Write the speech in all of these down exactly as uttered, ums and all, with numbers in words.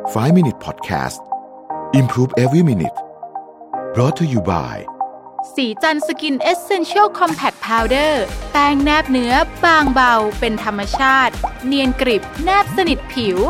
ไฟว์ มินิท Podcast Improve Every Minute Brought to you by สีจันทร์สกินเอสเซนเชียลคอมแพคพาวเดอร์แป้งแนบเนื้อบางเบาเป็นธรรมชาติเนียนกริบแนบสนิทผิว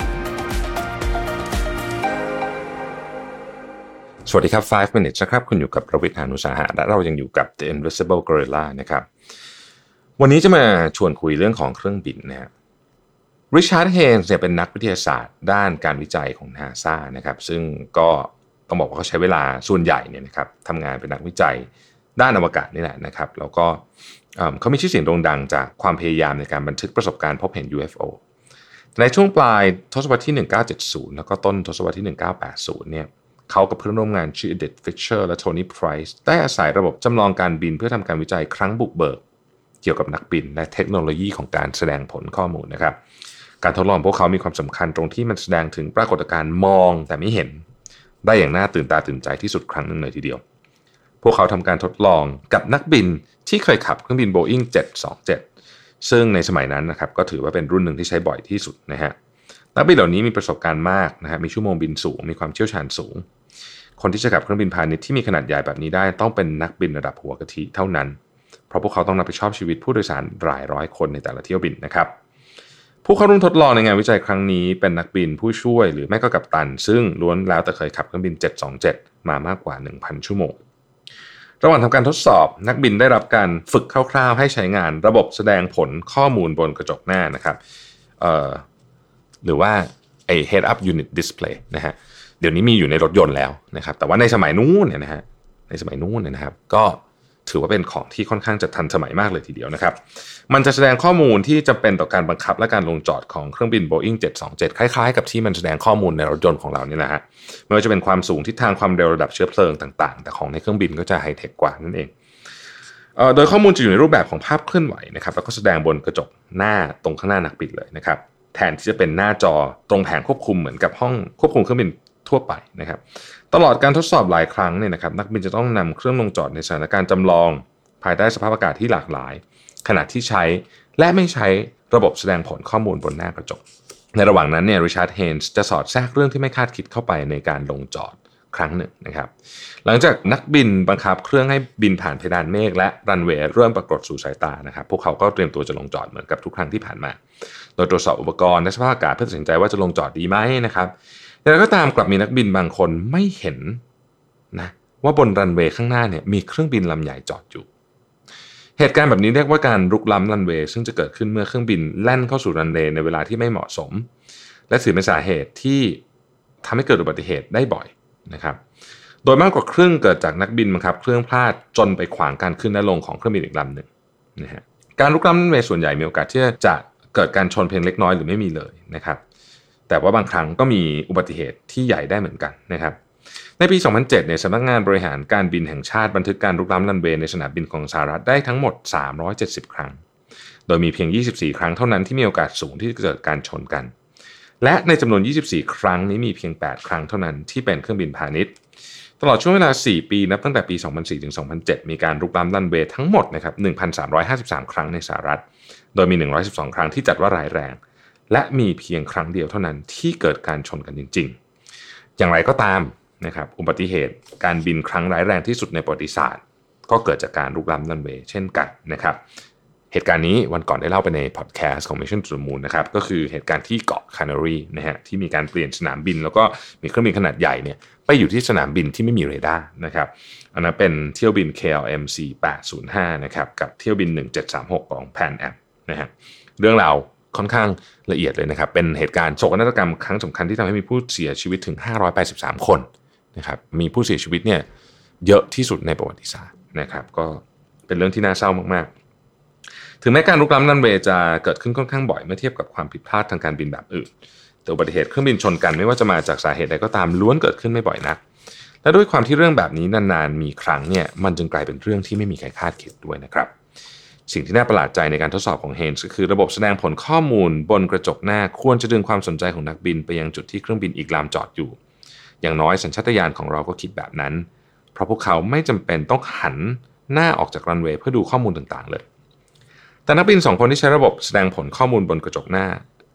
สวัสดีครับไฟว์ มินิท นะครับคุณอยู่กับประวิทย์ หาญอุตสาหะและเรายังอยู่กับ The Invisible Gorilla นะครับวันนี้จะมาชวนคุยเรื่องของเครื่องบินนะฮะริชาร์ด เฮนส์เนี่ยเป็นนักวิทยาศาสตร์ด้านการวิจัยของ NASA นะครับซึ่งก็ต้องบอกว่าเขาใช้เวลาส่วนใหญ่เนี่ยนะครับทำงานเป็นนักวิจัยด้านอวกาศนี่แหละนะครับแล้วก็เขามีชื่อเสียงโด่งดังจากความพยายามในการบันทึกประสบการณ์พบเห็น ยู เอฟ โอ ในช่วงปลายทศวรรษที่หนึ่งพันเก้าร้อยเจ็ดสิบแล้วก็ต้นทศวรรษที่หนึ่งพันเก้าร้อยแปดสิบเนี่ยเขากับเพื่อนร่วมงานชื่อ Edith Fisher และ Tony Price ได้อาศัยระบบจำลองการบินเพื่อทำการวิจัยครั้งบุกเบิกเกี่ยวกับนักบินและเทคโนโลยีของการแสดงผลข้อมูลนะครับการทดลองพวกเขามีความสำคัญตรงที่มันแสดงถึงปรากฏการณ์มองแต่ไม่เห็นได้อย่างน่าตื่นตาตื่นใจที่สุดครั้งหนึ่งเลยทีเดียวพวกเขาทำการทดลองกับนักบินที่เคยขับเครื่องบิน Boeing เจ็ดสองเจ็ดซึ่งในสมัยนั้นนะครับก็ถือว่าเป็นรุ่นหนึ่งที่ใช้บ่อยที่สุดนะฮะนักบินเหล่านี้มีประสบการณ์มากนะฮะมีชั่วโมงบินสูงมีความเชี่ยวชาญสูงคนที่จะขับเครื่องบินพาณิชย์ที่มีขนาดใหญ่แบบนี้ได้ต้องเป็นนักบินระดับหัวกะทิเท่านั้นเพราะพวกเขาต้องรับผิดชอบชีวิตผู้โดยสารหลายร้อยคนในแต่ละเที่ยวบินนะครับผู้เข้าร่วมทดลองในงานวิจัยครั้งนี้เป็นนักบินผู้ช่วยหรือไม่ก็กัปตันซึ่งล้วนแล้วแต่เคยขับเครื่องบินเจ็ดสองเจ็ดมามากกว่า หนึ่งพัน ชั่วโมงระหว่างทำการทดสอบนักบินได้รับการฝึกคร่าวๆให้ใช้งานระบบแสดงผลข้อมูลบนกระจกหน้านะครับเอ่อหรือว่าไอ้ head up unit display นะฮะเดี๋ยวนี้มีอยู่ในรถยนต์แล้วนะครับแต่ว่าในสมัยนู้นเนี่ยนะฮะในสมัยนู้นเนี่ยนะครับก็ถือว่าเป็นของที่ค่อนข้างจะทันสมัยมากเลยทีเดียวนะครับมันจะแสดงข้อมูลที่จำเป็นต่อการบังคับและการลงจอดของเครื่องบิน Boeing เจ็ดสองเจ็ดคล้ายๆกับที่มันแสดงข้อมูลในรถยนต์ของเรานี่แหละฮะไม่ว่าจะเป็นความสูงทิศทางความเร็วระดับเชื้อเพลิงต่างๆแต่ของในเครื่องบินก็จะไฮเทคกว่านั่นเองเอ่อโดยข้อมูลจะอยู่ในรูปแบบของภาพเคลื่อนไหวนะครับแล้วก็แสดงบนกระจกหน้าตรงข้างหน้านักบินเลยนะครับแทนที่จะเป็นหน้าจอตรงแผงควบคุมเหมือนกับห้องควบคุมเครื่องบินทั่วไปนะครับตลอดการทดสอบหลายครั้งเนี่ยนะครับนักบินจะต้องนำเครื่องลงจอดในสถานการณ์จำลองภายใต้สภาพอากาศที่หลากหลายขณะที่ใช้และไม่ใช้ระบบแสดงผลข้อมูลบนหน้ากระจกในระหว่างนั้นเนี่ยริชาร์ด เฮนส์จะสอดแทรกเรื่องที่ไม่คาดคิดเข้าไปในการลงจอดครั้งหนึ่งนะครับหลังจากนักบินบังคับเครื่องให้บินผ่านเพดานเมฆและรันเวย์เริ่มปรากฏสู่สายตานะครับพวกเขาก็เตรียมตัวจะลงจอดเหมือนกับทุกครั้งที่ผ่านมาโดยตรวจสอบอุปกรณ์และสภาพอากาศเพื่อตัดสินใจว่าจะลงจอดดีไหมนะครับแต่ก็ตามกลับมีนักบินบางคนไม่เห็นนะว่าบนรันเวย์ข้างหน้าเนี่ยมีเครื่องบินลำใหญ่จอดอยู่เหตุการณ์แบบนี้เรียกว่าการรุกล้ำรันเวย์ซึ่งจะเกิดขึ้นเมื่อเครื่องบินแล่นเข้าสู่รันเวย์ในเวลาที่ไม่เหมาะสมและถือเป็นสาเหตุที่ทำให้เกิดอุบัติเหตุได้บ่อยนะครับโดยมากกว่าครึ่งเกิดจากนักบินบังคับเครื่องพลาดจนไปขวางการขึ้นและลงของเครื่องบินอีกลำหนึ่งนะฮะการรุกล้ำรันเวย์ส่วนใหญ่มีโอกาสที่จะเกิดการชนเพียงเล็กน้อยหรือไม่มีเลยนะครับแต่ว่าบางครั้งก็มีอุบัติเหตุที่ใหญ่ได้เหมือนกันนะครับในปีสองพันเจ็ดเนี่ยสำนักงานบริหารการบินแห่งชาติบันทึกการรุกล้ำรันเวย์ในสนามบินของสหรัฐได้ทั้งหมดสามร้อยเจ็ดสิบครั้งโดยมีเพียงยี่สิบสี่ครั้งเท่านั้นที่มีโอกาสสูงที่จะเกิดการชนกันและในจำนวนยี่สิบสี่ครั้งนี้มีเพียงแปดครั้งเท่านั้นที่เป็นเครื่องบินพาณิชย์ตลอดช่วงเวลาสี่ปีนับตั้งแต่ปีสองพันสี่ถึงสองพันเจ็ดมีการรุกล้ำรันเวย์ทั้งหมดนะครับ หนึ่งพันสามร้อยห้าสิบสาม ครั้งในสหรัฐโดยมีหนึ่งร้อยสิบสองครั้งที่จัดว่าร้ายแรงและมีเพียงครั้งเดียวเท่านั้นที่เกิดการชนกันจริงๆอย่างไรก็ตามนะครับอุบัติเหตุการบินครั้งร้ายแรงที่สุดในประวัติศาสตร์ก็เกิดจากการรุกล้ำรันเวย์เช่นกันนะครับเหตุการณ์นี้วันก่อนได้เล่าไปในพอดแคสต์ของ Mission to the Moon นะครับก็คือเหตุการณ์ที่เกาะคานารีนะฮะที่มีการเปลี่ยนสนามบินแล้วก็มีเครื่องบินขนาดใหญ่เนี่ยไปอยู่ที่สนามบินที่ไม่มีเรดาร์นะครับอันนั้นเป็นเที่ยวบิน เค แอล เอ็ม สี่แปดศูนย์ห้านะครับกับเที่ยวบินหนึ่งเจ็ดสามหกของ Pan Am นะฮะเรื่องราวค่อนข้างละเอียดเลยนะครับเป็นเหตุการณ์โศกนาฏกรรมครั้งสำคัญที่ทำให้มีผู้เสียชีวิตถึงห้าร้อยแปดสิบสามคนนะครับมีผู้เสียชีวิตเนี่ยเยอะที่สุดในประวัติศาสตร์นะครับก็เป็นเรื่องที่น่าเศร้ามากๆถึงแม้การรุกล้ำรันเวย์จะเกิดขึ้นค่อนข้างบ่อยเมื่อเทียบกับความผิดพลาดทางการบินแบบอื่นแต่อุบัติเหตุเครื่องบินชนกันไม่ว่าจะมาจากสาเหตุใดก็ตามล้วนเกิดขึ้นไม่บ่อยนักและด้วยความที่เรื่องแบบนี้นานๆมีครั้งเนี่ยมันจึงกลายเป็นเรื่องที่ไม่มีใครคาดคิดด้วยนะครับสิ่งที่น่าประหลาดใจในการทดสอบของเฮนส์ก็คือระบบแสดงผลข้อมูลบนกระจกหน้าควรจะดึงความสนใจของนักบินไปยังจุดที่เครื่องบินอีกลำจอดอยู่อย่างน้อยสัญชาตญาณของเราก็คิดแบบนั้นเพราะพวกเขาไม่จำเป็นต้องหันหน้าออกจากรันเวย์เพื่อดูข้อมูลต่างๆเลยแต่นักบินสองคนที่ใช้ระบบแสดงผลข้อมูลบนกระจกหน้า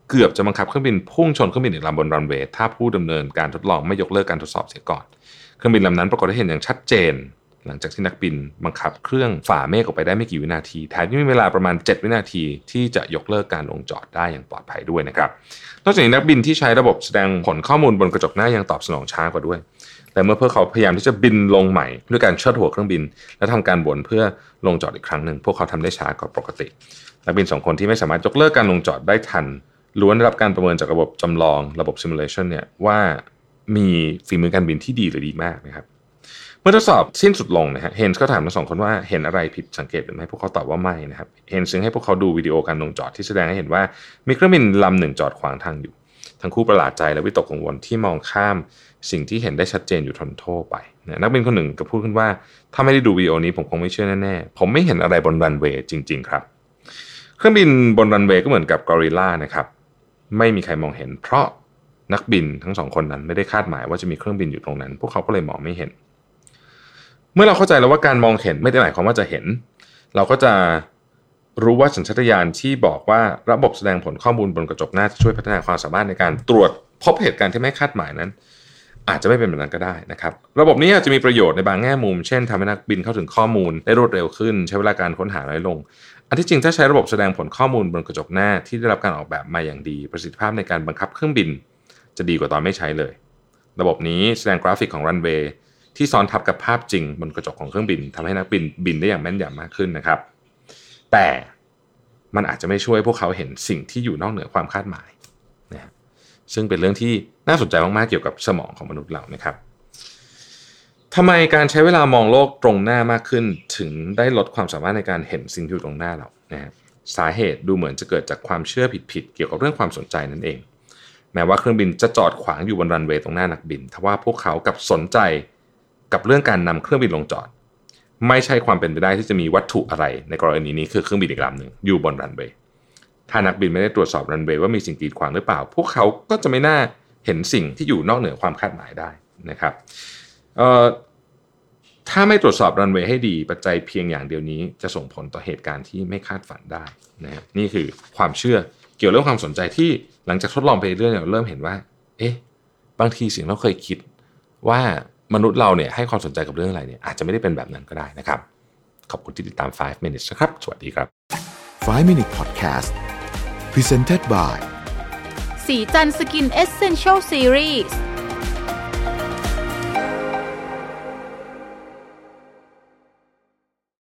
เกือบจะบังคับเครื่องบินพุ่งชนเครื่องบินอีกลำบนรันเวย์ถ้าผู้ดำเนินการทดลองไม่ยกเลิกการทดสอบเสียก่อนเครื่องบินลำนั้นปรากฏให้เห็นอย่างชัดเจนหลังจากที่นักบินบังคับเครื่องฝ่าเมฆออกไปได้ไม่กี่วินาทีแถมยังมีเวลาประมาณเจ็ดวินาทีที่จะยกเลิกการลงจอดได้อย่างปลอดภัยด้วยนะครับนอกจากนี้นักบินที่ใช้ระบบแสดงผลข้อมูลบนกระจกหน้ายังตอบสนองช้ากว่าด้วยแต่เมื่อพวกเขาพยายามที่จะบินลงใหม่ด้วยการเชิดหัวเครื่องบินและทำการวนเพื่อลงจอดอีกครั้งหนึ่งพวกเขาทำได้ช้ากว่าปกตินักบินสองคนที่ไม่สามารถยกเลิกการลงจอดได้ทันล้วนได้รับการประเมินจากระบบจำลองระบบซิมูเลชันเนี่ยว่ามีฝีมือการบินที่ดีหรือดีมากนะครับเมื่อทดสอบสิ้นสุดลงนะฮะเฮนส์ก็ถามทั้งสองคนว่าเห็นอะไรผิดสังเกตหรือไม่พวกเขาตอบว่าไม่นะครับเฮนส์จึงให้พวกเขาดูวิดีโอการลงจอดที่แสดงให้เห็นว่ามีเครื่องบินลำหนึ่งจอดขวางทางอยู่ทั้งคู่ประหลาดใจและวิตกกังวลที่มองข้ามสิ่งที่เห็นได้ชัดเจนอยู่ทนโทษไปนักบินคนหนึ่งก็พูดขึ้นว่าถ้าไม่ได้ดูวิดีโอนี้ผมคงไม่เชื่อแน่ๆผมไม่เห็นอะไรบนรันเวย์จริงๆครับเครื่องบินบนรันเวย์ก็เหมือนกับกอริลลานะครับไม่มีใครมองเห็นเพราะนักบินทั้งสองคนนั้นไม่ได้คาดหมายว่าจะมีเครื่องบินอยู่ตรงนั้นพวกเขาก็เลยมองไม่เห็นเมื่อเราเข้าใจแล้วว่าการมองเห็นไม่ได้หมายความว่าจะเห็นเราก็จะรู้ว่าสัญชาตญาณที่บอกว่าระบบแสดงผลข้อมูลบนกระจกหน้าจะช่วยพัฒนาความสามารถในการตรวจพบเหตุการณ์ที่ไม่คาดหมายนั้นอาจจะไม่เป็นแบบนั้นก็ได้นะครับระบบนี้อาจจะมีประโยชน์ในบางแง่มุมเช่นทำให้นักบินเข้าถึงข้อมูลได้รวดเร็วขึ้นใช้เวลาการค้นหาน้อยลงอันที่จริงถ้าใช้ระบบแสดงผลข้อมูลบนกระจกหน้าที่ได้รับการออกแบบมาอย่างดีประสิทธิภาพในการบังคับเครื่องบินจะดีกว่าตอนไม่ใช้เลยระบบนี้แสดงกราฟิกของรันเวย์ที่ซ้อนทับกับภาพจริงบนกระจกของเครื่องบินทำให้นักบินบินได้อย่างแม่นยำมากขึ้นนะครับแต่มันอาจจะไม่ช่วยพวกเขาเห็นสิ่งที่อยู่นอกเหนือความคาดหมายนะซึ่งเป็นเรื่องที่น่าสนใจมากๆเกี่ยวกับสมองของมนุษย์เรานะครับทำไมการใช้เวลามองโลกตรงหน้ามากขึ้นถึงได้ลดความสามารถในการเห็นสิ่งที่อยู่ตรงหน้าเรานะสาเหตุดูเหมือนจะเกิดจากความเชื่อผิดๆเกี่ยวกับเรื่องความสนใจนั่นเองแม้ว่าเครื่องบินจะจอดขวางอยู่บนรันเวย์ตรงหน้านักบินทว่าพวกเขากลับสนใจกับเรื่องการนำเครื่องบินลงจอดไม่ใช่ความเป็นไปได้ที่จะมีวัตถุอะไรในกรณีนี้คือเครื่องบินอีกลำหนึ่งอยู่บนรันเวย์ถ้านักบินไม่ได้ตรวจสอบรันเวย์ว่ามีสิ่งกีดขวางหรือเปล่าพวกเขาก็จะไม่น่าเห็นสิ่งที่อยู่นอกเหนือความคาดหมายได้นะครับเอ่อถ้าไม่ตรวจสอบรันเวย์ให้ดีปัจจัยเพียงอย่างเดียวนี้จะส่งผลต่อเหตุการณ์ที่ไม่คาดฝันได้นะครับนี่คือความเชื่อเกี่ยวกับเรื่องความสนใจที่หลังจากทดลองไปเรื่อยๆเราเริ่มเห็นว่าเอ๊ะบางทีสิ่งเราเคยคิดว่ามนุษย์เราเนี่ยให้ความสนใจกับเรื่องอะไรเนี่ยอาจจะไม่ได้เป็นแบบนั้นก็ได้นะครับขอบคุณที่ติดตามไฟว์ minutes นะครับสวัสดีครับไฟว์ minute podcast presented by สีจันทร์สกินเอสเซนเชียลซีรีส์